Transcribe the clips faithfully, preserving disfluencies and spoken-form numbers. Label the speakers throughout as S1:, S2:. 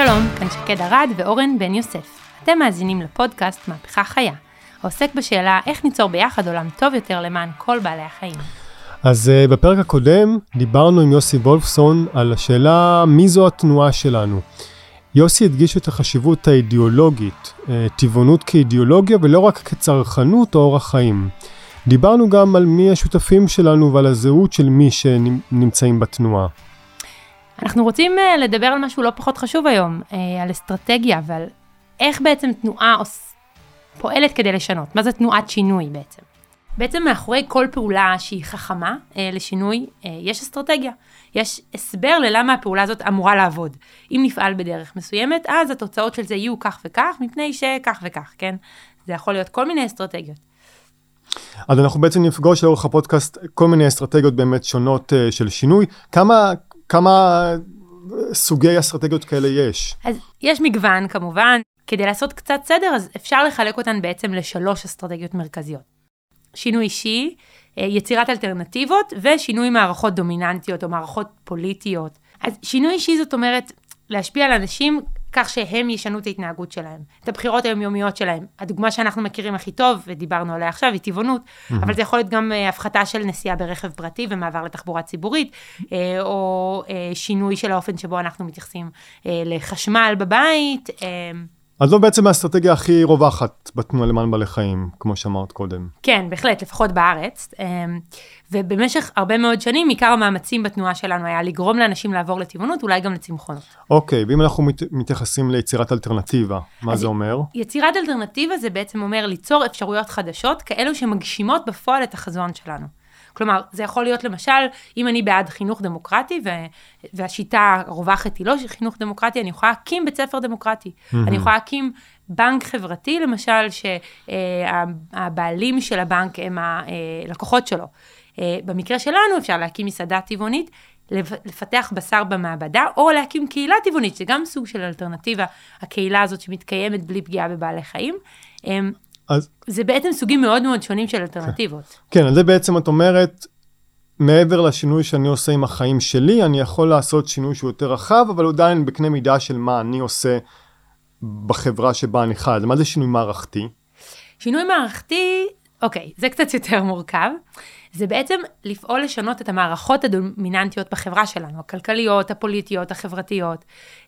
S1: שלום, כאן שקד ארד ואורן בן יוסף. אתם מאזינים לפודקאסט מהפכה חיה, העוסק בשאלה איך ניצור ביחד עולם טוב יותר למען כל בעלי החיים.
S2: אז uh, בפרק הקודם דיברנו עם יוסי וולפסון על השאלה מי זו התנועה שלנו. יוסי הדגיש את החשיבות האידיאולוגית, uh, טבעונות כאידיאולוגיה ולא רק כצרכנות או אורח חיים. דיברנו גם על מי השותפים שלנו ועל הזהות של מי שנמצאים בתנועה.
S1: אנחנו רוצים uh, לדבר על משהו לא פחות חשוב היום, uh, על אסטרטגיה ועל איך בעצם תנועה עוש... פועלת כדי לשנות. מה זה תנועת שינוי בעצם? בעצם מאחורי כל פעולה שהיא חכמה אה, לשינוי, אה, יש אסטרטגיה. יש הסבר ללמה הפעולה הזאת אמורה לעבוד. אם נפעל בדרך מסוימת, אז התוצאות של זה יהיו כך וכך, מפני שכך וכך, כן? זה יכול להיות כל מיני אסטרטגיות.
S2: אז אנחנו בעצם נפגוש לאורך הפודקאסט כל מיני אסטרטגיות באמת שונות אה, של שינוי. כמה, כמה סוגי אסטרטגיות כאלה יש?
S1: אז יש מגוון כמובן. כדי לעשות קצת סדר, אז אפשר לחלק אותן בעצם לשלוש אסטרטגיות מרכזיות. שינוי אישי, יצירת אלטרנטיבות, ושינוי מערכות דומיננטיות או מערכות פוליטיות. אז שינוי אישי זאת אומרת, להשפיע על אנשים כך שהם ישנו את ההתנהגות שלהם, את הבחירות היומיומיות שלהם. הדוגמה שאנחנו מכירים הכי טוב, ודיברנו עליה עכשיו, היא טבעונות, mm-hmm. אבל זה יכול להיות גם הפחתה של נסיעה ברכב פרטי ומעבר לתחבורה ציבורית, או שינוי של האופן שבו אנחנו מתייחסים לחשמל בבית,
S2: אז זו בעצם האסטרטגיה הכי רווחת בתנועה למען בעלי חיים, כמו שאמרת קודם.
S1: כן, בהחלט, לפחות בארץ. ובמשך הרבה מאוד שנים, עיקר המאמצים בתנועה שלנו היה לגרום לאנשים לעבור לטבעונות, אולי גם לצמחונות.
S2: אוקיי, ואם אנחנו מתייחסים ליצירת אלטרנטיבה, מה זה אומר?
S1: יצירת אלטרנטיבה זה בעצם אומר ליצור אפשרויות חדשות, כאלו שמגשימות בפועל את החזון שלנו. כלומר, זה יכול להיות למשל, אם אני בעד חינוך דמוקרטי, והשיטה הרווחת היא לא חינוך דמוקרטי, אני יכולה להקים בית ספר דמוקרטי. אני יכולה להקים בנק חברתי, למשל, שהבעלים של הבנק הם הלקוחות שלו. במקרה שלנו אפשר להקים מסעדה טבעונית, לפתח בשר במעבדה, או להקים קהילה טבעונית, זה גם סוג של אלטרנטיבה, הקהילה הזאת שמתקיימת בלי פגיעה בבעלי חיים. אז, זה בעצם סוגים מאוד מאוד שונים של אלטרנטיבות.
S2: כן, אז זה בעצם את אומרת, מעבר לשינוי שאני עושה עם החיים שלי, אני יכול לעשות שינוי שהוא יותר רחב, אבל עדיין בקנה מידה של מה אני עושה בחברה שבה אני חי. מה זה שינוי מערכתי?
S1: שינוי מערכתי, אוקיי, זה קצת יותר מורכב. זה בעצם לפעול לשנות את המערכות הדומיננטיות בחברה שלנו, הכלכליות, הפוליטיות, החברתיות.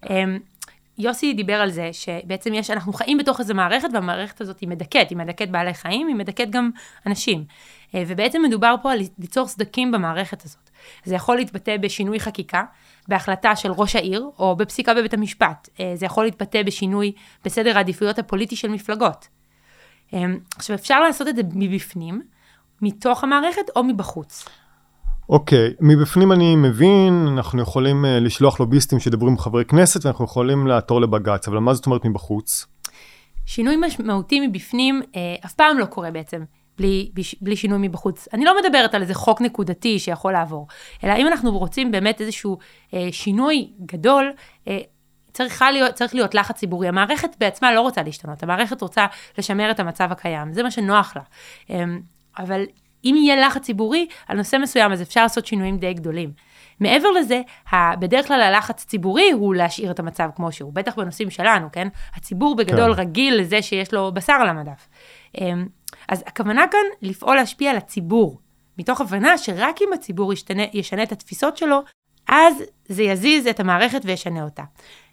S1: יוסי דיבר על זה שבעצם יש, אנחנו חיים בתוך איזו מערכת, והמערכת הזאת היא מדכאת, היא מדכאת בעלי חיים, היא מדכאת גם אנשים. ובעצם מדובר פה על ליצור סדקים במערכת הזאת. זה יכול להתבטא בשינוי חקיקה, בהחלטה של ראש העיר, או בפסיקה בבית המשפט. זה יכול להתבטא בשינוי בסדר העדיפויות הפוליטי של מפלגות. עכשיו, אפשר לעשות את זה מבפנים, מתוך המערכת או מבחוץ.
S2: אוקיי, okay, מבפנים אני מבין, אנחנו יכולים uh, לשלוח לוביסטים שדברו עם חברי כנסת, ואנחנו יכולים לעתור לבג"ץ, אבל מה זאת אומרת מבחוץ?
S1: שינוי משמעותי מבפנים uh, אף פעם לא קורה בעצם, בלי, בלי שינוי מבחוץ. אני לא מדברת על איזה חוק נקודתי שיכול לעבור, אלא אם אנחנו רוצים באמת איזשהו uh, שינוי גדול, uh, צריך להיות, צריך להיות לחץ ציבורי. המערכת בעצמה לא רוצה להשתנות, המערכת רוצה לשמר את המצב הקיים, זה מה שנוח לה. Um, אבל אם יהיה לחץ ציבורי על נושא מסוים, אז אפשר לעשות שינויים די גדולים. מעבר לזה, בדרך כלל הלחץ ציבורי הוא להשאיר את המצב כמו שהוא, בטח בנושאים שלנו, כן? הציבור בגדול כן. רגיל לזה שיש לו בשר על המדף. אז הכוונה כאן לפעול להשפיע על הציבור, מתוך הבנה שרק אם הציבור ישתנה, ישנה את התפיסות שלו, אז זה יזיז את המערכת וישנה אותה.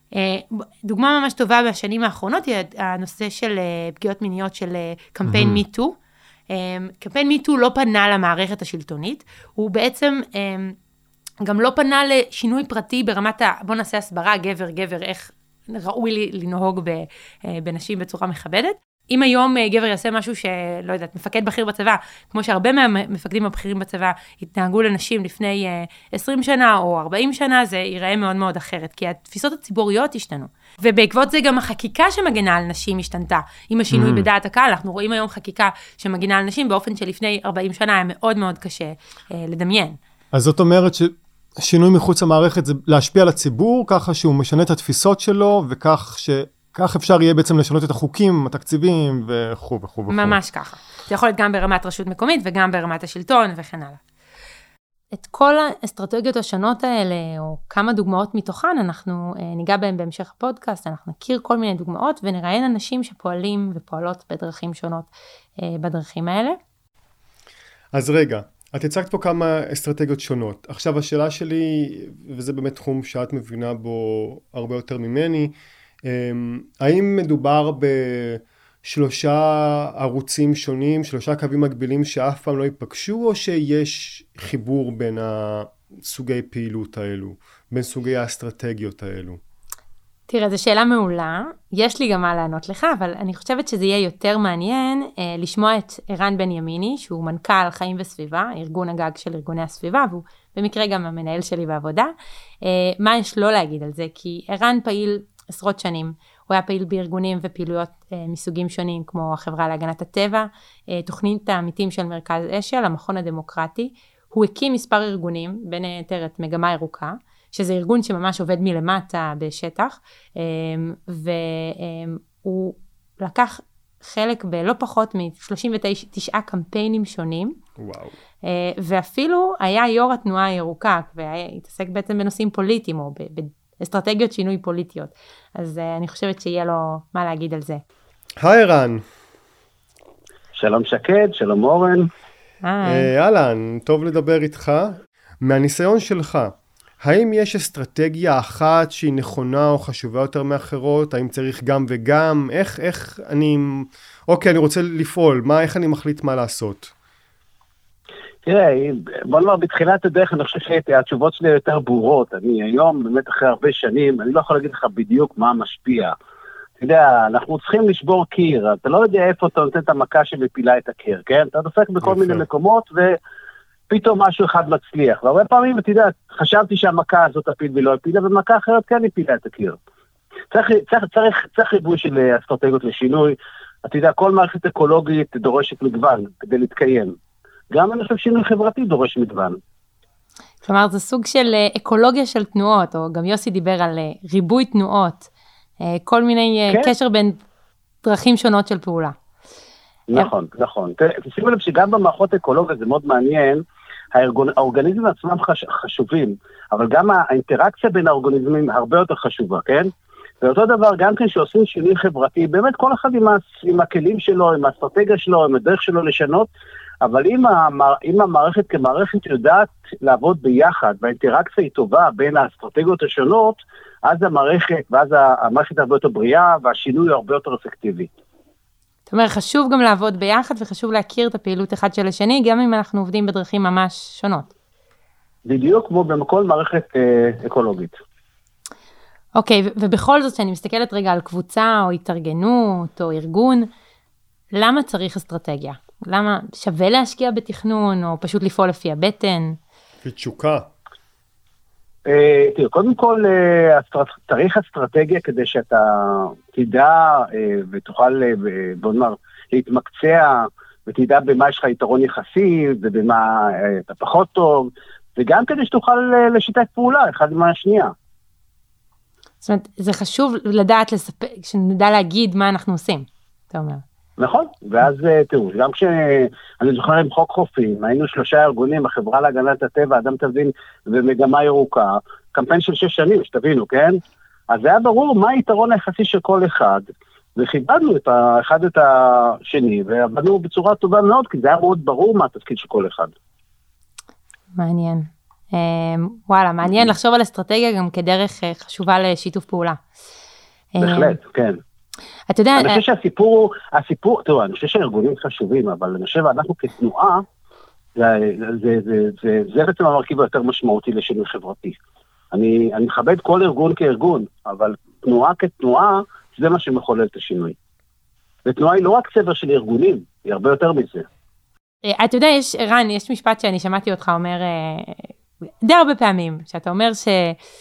S1: דוגמה ממש טובה בשנים האחרונות היא הנושא של פגיעות מיניות של קמפיין מי טו, קמפיין מי טו לא פנה למערכת השלטונית, הוא בעצם גם לא פנה לשינוי פרטי ברמת ה... בוא נעשה הסברה, גבר, גבר, איך ראוי לנהוג בנשים בצורה מכבדת. אם היום גבר יעשה משהו שלא יודעת, מפקד בכיר בצבא, כמו שהרבה מהמפקדים הבכירים בצבא התנהגו לנשים לפני עשרים שנה או ארבעים שנה, זה ייראה מאוד מאוד אחרת, כי התפיסות הציבוריות השתנו. ובעקבות זה גם החקיקה שמגנה על נשים השתנתה, עם השינוי mm. בדעת הקהל. אנחנו רואים היום חקיקה שמגנה על נשים באופן שלפני ארבעים שנה היה מאוד מאוד קשה אה, לדמיין.
S2: אז זאת אומרת ששינוי מחוץ למערכת זה להשפיע על הציבור, ככה שהוא משנה את התפיסות שלו, וכך ש... כך אפשר יהיה בעצם לשנות את החוקים, התקציבים וכו' וכו' וכו'.
S1: ממש ככה. זה יכול להיות גם ברמת רשות מקומית וגם ברמת השלטון וכן הלאה. את כל האסטרטגיות השונות האלה, או כמה דוגמאות מתוכן, אנחנו ניגע בהם בהמשך הפודקאסט, אנחנו נכיר כל מיני דוגמאות, ונראיין אנשים שפועלים ופועלות בדרכים שונות בדרכים האלה.
S2: אז רגע, את הצגת פה כמה אסטרטגיות שונות. עכשיו השאלה שלי, וזה באמת תחום שאת מבינה בו הרבה יותר ממני, האם מדובר בשלושה ערוצים שונים, שלושה קווים מקבילים שאף פעם לא ייפגשו, או שיש חיבור בין הסוגי פעילות האלו, בין סוגי האסטרטגיות האלו?
S1: תראה, זו שאלה מעולה, יש לי גם מה לענות לך, אבל אני חושבת שזה יהיה יותר מעניין אה, לשמוע את ערן בן ימיני, שהוא מנכ"ל חיים וסביבה, ארגון הגג של ארגוני הסביבה, והוא במקרה גם המנהל שלי בעבודה. אה, מה יש לו להגיד על זה? כי ערן פעיל עשרות שנים, הוא היה פעיל בארגונים ופעילויות אה, מסוגים שונים, כמו החברה להגנת הטבע, אה, תוכנית העמיתים של מרכז אשל, המכון הדמוקרטי, הוא הקים מספר ארגונים, בין היתר את מגמה ירוקה, שזה ארגון שממש עובד מלמטה בשטח, והוא לקח חלק בלא פחות מ-שלושים ותשעה קמפיינים שונים,
S2: וואו.
S1: ואפילו היה יו"ר התנועה הירוקה, והתעסק בעצם בנושאים פוליטיים, או באסטרטגיות שינוי פוליטיות, אז אני חושבת שיהיה לו מה להגיד על זה.
S2: היי רן.
S3: שלום שקד, שלום אורן.
S2: היי. אהלן, טוב לדבר איתך. מהניסיון שלך, האם יש אסטרטגיה אחת שהיא נכונה או חשובה יותר מאחרות? האם צריך גם וגם? איך, איך אני, אוקיי, אני רוצה לפעול, מה, איך אני מחליט מה לעשות?
S3: תראה, בוא נאמר, בתחילת הדרך אני חושב שהתשובות שלי יותר ברורות. אני היום, באמת אחרי הרבה שנים, אני לא יכול להגיד לך בדיוק מה משפיע. אתה יודע, אנחנו צריכים לשבור קיר, אתה לא יודע איפה אתה נותן את המכה שמפילה את הקיר, כן? אתה דופק בכל מיני מקומות ו... פתאום משהו אחד מצליח, והרבה פעמים, אתה יודע, חשבתי שהמכה הזאת תפיל ולא הפילה, ומכה אחרת כן הפילה את הקיר. צריך, צריך, צריך, צריך ריבוי של אסטרטגיות לשינוי, אתה יודע, כל מערכת אקולוגית דורשת מגוון כדי להתקיים. גם אני חושב שינוי חברתי דורש מגוון.
S1: כלומר, זה סוג של אקולוגיה של תנועות, או גם יוסי דיבר על ריבוי תנועות, כל מיני כן. קשר בין דרכים שונות של פעולה.
S3: נכון, נכון. תשימו לב שגם במערכות אקולוגיות זה מאוד מעניין, האורגניזמים עצמם חש, חשובים, אבל גם האינטראקציה בין האורגניזמים הרבה יותר חשובה, כן? ואותו דבר גם כן שעושים שינוי חברתי, באמת כל אחד עם, עם הכלים שלו, עם האסטרטגיה שלו, עם הדרך שלו לשנות, אבל אם, המע, אם המערכת כמערכת יודעת לעבוד ביחד, והאינטראקציה היא טובה בין האסטרטגיות השונות, אז המערכת, ואז המערכת הרבה יותר בריאה, והשינוי הרבה יותר אפקטיבי.
S1: זאת אומרת, חשוב גם לעבוד ביחד, וחשוב להכיר את הפעילות אחד של השני, גם אם אנחנו עובדים בדרכים ממש שונות.
S3: בדיוק כמו בכל מערכת אה, אקולוגית.
S1: אוקיי, ובכל זאת, שאני מסתכלת רגע על קבוצה, או התארגנות, או ארגון, למה צריך אסטרטגיה? למה שווה להשקיע בתכנון, או פשוט לפעול לפי הבטן?
S2: ותשוקה.
S3: תראה, קודם כל, צריך אסטרטגיה כדי שאתה תדע ותוכל, בוא נאמר, להתמקצע, ותדע במה יש לך יתרון יחסי, ובמה אתה פחות טוב, וגם כדי שתוכל לשיתף פעולה אחד עם השנייה.
S1: זאת אומרת, זה חשוב לדעת לספק, שנדע להגיד מה אנחנו עושים, אתה אומר.
S3: נכון, ואז תראו, גם כשאני זוכר עם חוק חופים, היינו שלושה ארגונים, החברה להגנת הטבע, אדם תבין, ומגמה ירוקה, קמפיין של שש שנים, שתבינו, כן? אז זה היה ברור מה היתרון היחסי של כל אחד, וכיבדנו את האחד את השני, ועבדנו בצורה טובה מאוד, כי זה היה מאוד ברור מה התפקיד של כל אחד. מעניין.
S1: וואלה, מעניין לחשוב על אסטרטגיה גם כדרך חשובה לשיתוף פעולה.
S3: בהחלט, כן.
S1: אתה יודע...
S3: אני חושב שהסיפור, הסיפור, תראו, אני חושב שהארגונים חשובים, אבל אני חושב שאנחנו כתנועה, זה, זה, זה, זה, זה בעצם המרכיב היותר משמעותי לשינוי חברתי. אני, אני מכבד כל ארגון כארגון, אבל תנועה כתנועה, זה מה שמחולל את השינוי. ותנועה היא לא רק צבר של ארגונים, היא הרבה יותר מזה.
S1: אתה יודע, יש, רן, יש משפט שאני שמעתי אותך אומר, די הרבה פעמים, שאתה אומר ש...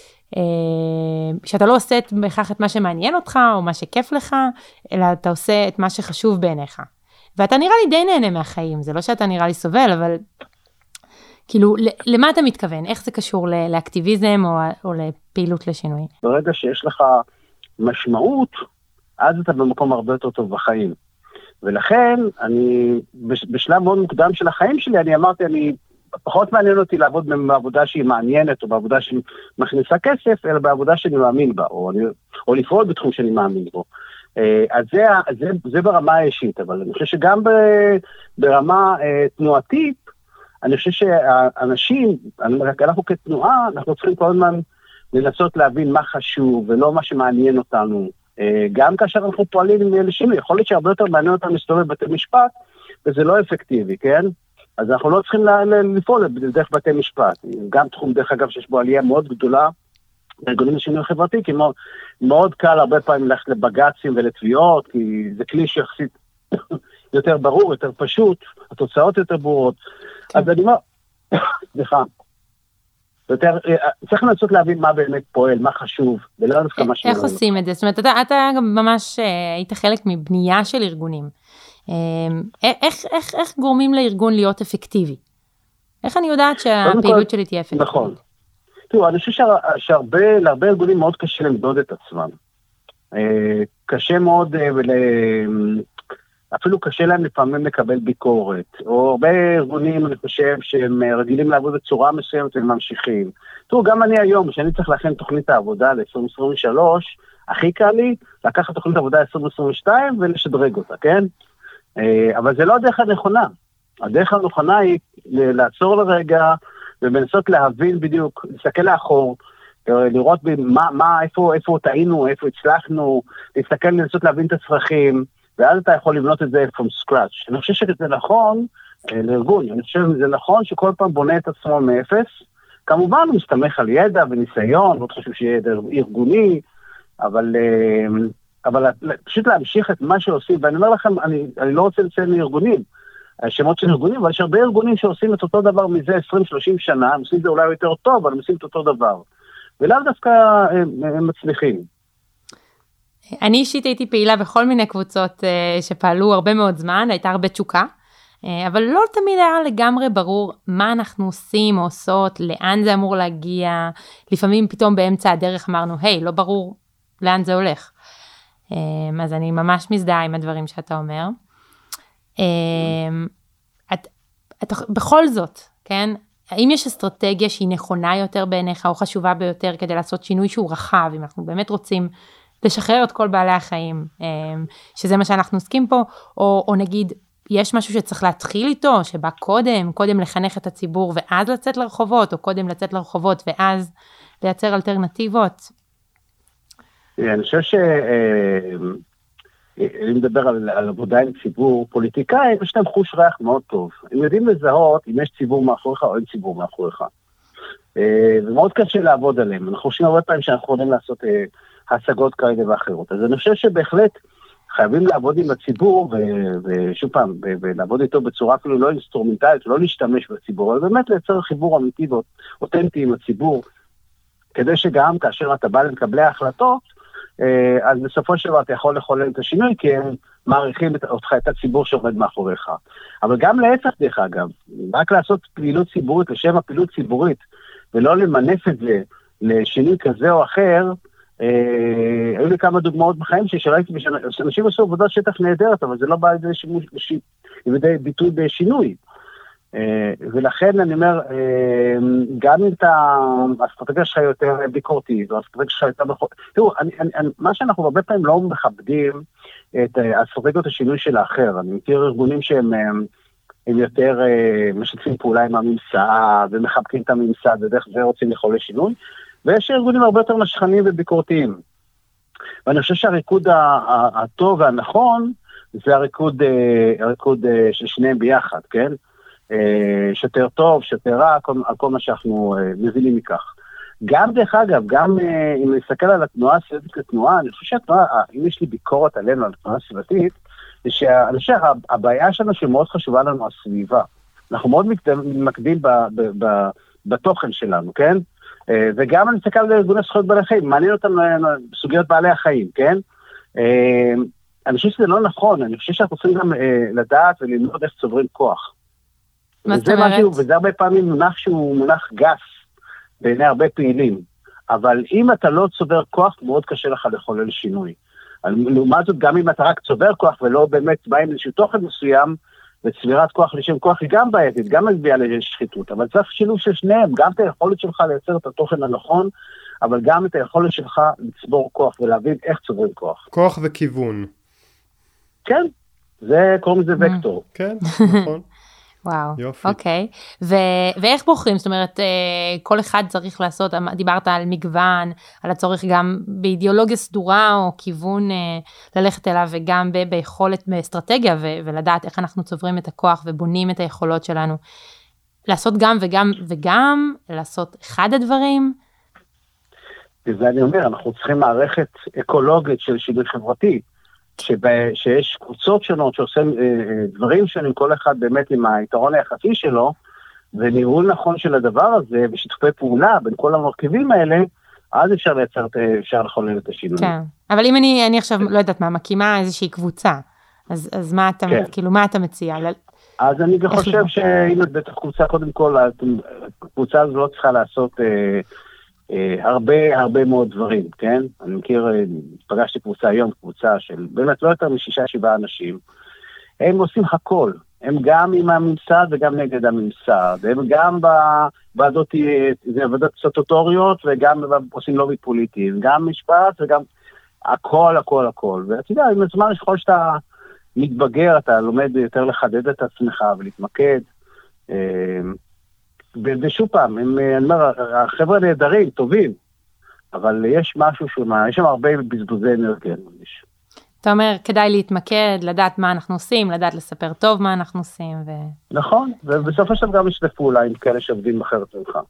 S1: שאתה לא עושה בכך את מה שמעניין אותך, או מה שכיף לך, אלא אתה עושה את מה שחשוב בעיניך. ואתה נראה לי די נהנה מהחיים, זה לא שאתה נראה לי סובל, אבל כאילו, למה אתה מתכוון? איך זה קשור לאקטיביזם או, או לפעילות לשינוי?
S3: ברגע שיש לך משמעות, אז אתה במקום הרבה יותר טוב בחיים. ולכן, אני, בשלב מאוד מוקדם של החיים שלי, אני אמרתי, אני פחות מעניין אותי לעבוד בעבודה שהיא מעניינת, או בעבודה שהיא מכניסה כסף, אלא בעבודה שאני מאמין בה, או, או לפעול בתחום שאני מאמין בו. אז זה, זה, זה ברמה האישית, אבל אני חושב שגם ברמה תנועתית, אני חושב שאנשים, אנחנו כתנועה, אנחנו צריכים כל הזמן לנסות להבין מה חשוב, ולא מה שמעניין אותנו. גם כאשר אנחנו פועלים לשינוי, יכול להיות שהרבה יותר מעניין אותנו להסתובב בבתי משפט, וזה לא אפקטיבי, כן? אז אנחנו לא צריכים לפעול דרך בתי משפט. גם תחום דרך אגב שיש בו עלייה מאוד גדולה, בארגונים לשינוי חברתי, כי מאוד, מאוד קל הרבה פעמים ללכת לבג"צים ולתביעות, כי זה כלי שיחסית יותר ברור, יותר פשוט, התוצאות יותר ברורות. כן. אז אני אומר, סליחה, יותר, צריך לנסות להבין מה באמת פועל, מה חשוב, ולא דווקא מה שלא.
S1: איך עושים את זה? זאת אומרת, אתה, אתה גם ממש היית חלק מבנייה של ארגונים. איך, איך, איך גורמים לארגון להיות אפקטיבי? איך אני יודעת שהפעילות שלי תהיה אפקטיבית?
S3: נכון. תראו, אני חושב שהרבה, להרבה ארגונים מאוד קשה למדוד את עצמם. קשה מאוד, אפילו קשה להם לפעמים לקבל ביקורת, או הרבה ארגונים, אני חושב, שהם רגילים לעבוד בצורה מסוימת והם ממשיכים. תראו, גם אני היום, שאני צריך להכין תוכנית העבודה ל-עשרים עשרים ושלוש, הכי קל לי לקחת תוכנית העבודה ל-עשרים עשרים ושתיים ולשדרג אותה, כן? אבל זה לא הדרך הנכונה. הדרך הנכונה היא לעצור לרגע, ובנסות להבין בדיוק, להסתכל לאחור, לראות מה, מה, איפה, איפה טעינו, איפה הצלחנו, להסתכל, לנסות להבין את הצרכים, ואז אתה יכול לבנות את זה from scratch. אני חושב שזה נכון לארגון, אני חושב שזה נכון שכל פעם בונה את עצמו מאפס, כמובן הוא מסתמך על ידע וניסיון, מאוד חשוב שיהיה ידע ארגוני, אבל, אבל פשוט להמשיך את מה שעושים, ואני אומר לכם, אני, אני לא רוצה לציין לארגונים, השמות של ארגונים, אבל יש הרבה ארגונים שעושים את אותו דבר מזה עשרים שלושים שנה, הם עושים את זה אולי יותר טוב, אבל הם עושים את אותו דבר. ולאו דווקא הם, הם מצליחים.
S1: אני אישית הייתי פעילה בכל מיני קבוצות שפעלו הרבה מאוד זמן, הייתה הרבה תשוקה, אבל לא תמיד היה לגמרי ברור מה אנחנו עושים או עושות, לאן זה אמור להגיע, לפעמים פתאום באמצע הדרך אמרנו, היי, לא ברור לאן זה הולך. אז אני ממש מזדהה עם הדברים שאתה אומר. את, את, בכל זאת, כן? האם יש אסטרטגיה שהיא נכונה יותר בעיניך או חשובה ביותר כדי לעשות שינוי שהוא רחב, אם אנחנו באמת רוצים לשחרר את כל בעלי החיים, שזה מה שאנחנו עוסקים פה, או, או נגיד, יש משהו שצריך להתחיל איתו, שבא קודם, קודם לחנך את הציבור ואז לצאת לרחובות, או קודם לצאת לרחובות ואז לייצר אלטרנטיבות?
S3: אני חושב ש... אני מדבר על, על עבודה עם ציבור, פוליטיקאים, יש להם חוש ריח מאוד טוב. הם יודעים לזהות אם יש ציבור מאחוריך או אין ציבור מאחוריך. ומאוד קשה לעבוד עליהם. אנחנו חושבים הרבה פעמים שאנחנו יכולים לעשות השגות כאלה ואחרות. אז אני חושב שבהחלט חייבים לעבוד עם הציבור, ושוב פעם, ולעבוד איתו בצורה אפילו לא אינסטרומנטלית, לא להשתמש בציבור, אבל באמת לייצר חיבור אמיתי ואותנטי עם הציבור, כדי שגם כאשר אתה בא למקבלי ההחלטות, אז בסופו של דבר אתה יכול לחולל את השינוי, כי הם מעריכים אותך, את הציבור שעומד מאחוריך. אבל גם להפך דרך אגב, רק לעשות פעילות ציבורית לשם הפעילות ציבורית, ולא למנף את זה לשינוי כזה או אחר, היו לי כמה דוגמאות בחיים שראיתי, שאנשים עשו עבודת שטח נהדרת, אבל זה לא בא לידי ביטוי בשינוי. ולכן אני אומר, גם אם האסטרטגיה שלך יותר ביקורתית, או האסטרטגיה שלך יותר בכל... תראו, מה שאנחנו הרבה פעמים לא מכבדים את האסטרטגיות השינוי של האחר. אני מכיר ארגונים שהם יותר משתפים פעולה עם הממסד, ומחבקים את הממסד, ודרך זה רוצים לחולל לשינוי, ויש ארגונים הרבה יותר משכנים וביקורתיים. ואני חושב שהריקוד הטוב והנכון, זה הריקוד, הריקוד של שניהם ביחד, כן? שיותר טוב, שיותר רע, על כל מה שאנחנו מבינים מכך. גם דרך אגב, גם אם נסתכל על התנועה הסביבתית כתנועה, אני חושב שהתנועה, אם יש לי ביקורת עלינו על התנועה הסביבתית, זה שאני חושב שהבעיה שלנו שמאוד חשובה לנו הסביבה. אנחנו מאוד מקדים בתוכן שלנו, כן? וגם אני מסתכל על ארגוני זכויות בעלי חיים, מעניין אותם בסוגיות בעלי החיים, כן? אני חושב שזה לא נכון, אני חושב שאנחנו צריכים גם לדעת וללמוד איך צוברים כוח. וזה משהו, וזה הרבה פעמים מונח שהוא מונח גס בעיני הרבה פעילים, אבל אם אתה לא צובר כוח, מאוד קשה לך לחולל שינוי. לעומת זאת, גם אם אתה רק צובר כוח ולא באמת בא עם איזשהו תוכן מסוים, וצבירת כוח לשם כוח היא גם בעייתית, גם מביאה לשחיתות, אבל צריך שילוב של שניהם, גם את היכולת שלך לייצר את התוכן הנכון, אבל גם את היכולת שלך לצבור כוח ולהבין איך צוברים כוח.
S2: כוח וכיוון.
S3: כן, זה קוראים לזה וקטור.
S2: כן, נכון.
S1: וואו,
S2: יופי.
S1: אוקיי. ו- ואיך בוחרים? זאת אומרת, כל אחד צריך לעשות, דיברת על מגוון, על הצורך גם באידיאולוגיה סדורה, או כיוון ללכת אליו, וגם ב- ביכולת, באסטרטגיה, ו- ולדעת איך אנחנו צוברים את הכוח, ובונים את היכולות שלנו. לעשות גם וגם, וגם לעשות אחד הדברים.
S3: וזה אני אומר, אנחנו צריכים מערכת אקולוגית של שינוי חברתי, שבה, שיש קבוצות שונות שעושים אה, דברים שונים, כל אחד באמת עם היתרון היחסי שלו, וניהול נכון של הדבר הזה, ושיתופי פעולה בין כל המרכיבים האלה, אז אפשר לייצר, אפשר לחולל את השינוי.
S1: כן, אבל אם אני, אני עכשיו, לא יודעת מה, מקימה איזושהי קבוצה, אז, אז מה אתה, כן. כאילו, מה אתה מציע?
S3: אז אני חושב שאם את בטח קבוצה, קודם כל, הקבוצה הזו לא צריכה לעשות... אה, Uh, הרבה הרבה מאוד דברים, כן? אני מכיר, uh, פגשתי קבוצה היום, קבוצה של באמת לא יותר משישה שבעה אנשים, הם עושים הכל, הם גם עם הממסד וגם נגד הממסד, הם גם בוועדות, זה ועדות סטטוטוריות וגם עושים לובי פוליטי, גם משפט וגם הכל, הכל, הכל. ואתה יודע, עם הזמן שכל שאתה מתבגר, אתה לומד יותר לחדד את עצמך ולהתמקד, uh, ושוב פעם, הם, אני אומר, החבר'ה נהדרים, טובים, אבל יש משהו שהוא, יש שם הרבה בזבוזי אנרגיה.
S1: אתה אומר, כדאי להתמקד, לדעת מה אנחנו עושים, לדעת לספר טוב מה אנחנו עושים. ו...
S3: נכון, ובסופו של דבר משתף פעולה עם כאלה שעובדים אחרת ממך.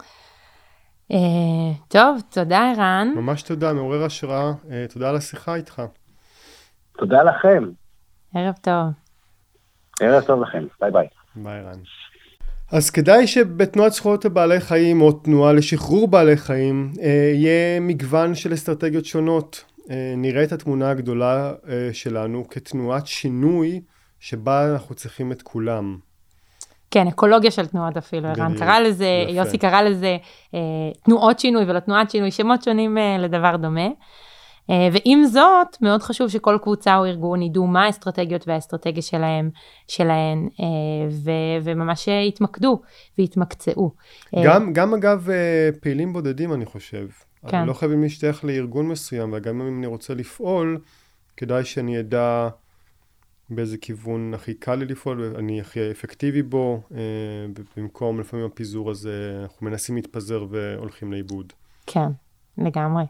S1: טוב, תודה ערן.
S2: ממש תודה, מעורר השראה, תודה על השיחה איתך.
S3: תודה לכם.
S1: ערב טוב.
S3: ערב טוב לכם, ביי ביי.
S2: ביי ערן. אז כדאי שבתנועת זכויות לבעלי חיים או תנועה לשחרור בעלי חיים יהיה מגוון של אסטרטגיות שונות. נראה את התמונה הגדולה שלנו כתנועת שינוי שבה אנחנו צריכים את כולם.
S1: כן, אקולוגיה של תנועות אפילו, ערן קרא לזה, יפה. יוסי קרא לזה תנועות שינוי ולא תנועת שינוי, שמות שונים לדבר דומה. ועם זאת, מאוד חשוב שכל קבוצה או ארגון ידעו מה האסטרטגיות והאסטרטגיה שלהם, שלהן, ו- וממש יתמקדו ויתמקצעו.
S2: גם, גם אגב פעילים בודדים אני חושב.
S1: כן.
S2: אני לא חייבים להשתייך לארגון מסוים, וגם אם אני רוצה לפעול, כדאי שאני אדע באיזה כיוון הכי קל לי לפעול, ואני הכי אפקטיבי בו, במקום לפעמים הפיזור הזה, אנחנו מנסים להתפזר והולכים לאיבוד.
S1: כן, לגמרי.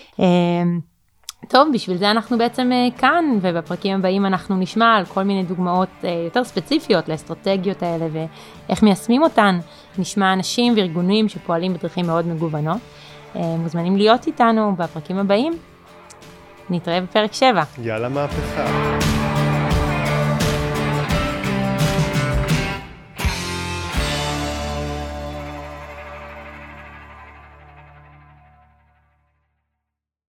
S1: טוב, בשביל זה אנחנו בעצם כאן, ובפרקים הבאים אנחנו נשמע על כל מיני דוגמאות יותר ספציפיות לאסטרטגיות האלה, ואיך מיישמים אותן. נשמע אנשים וארגונים שפועלים בדרכים מאוד מגוונות. מוזמנים להיות איתנו בפרקים הבאים. נתראה בפרק שבע.
S2: יאללה מהפכה.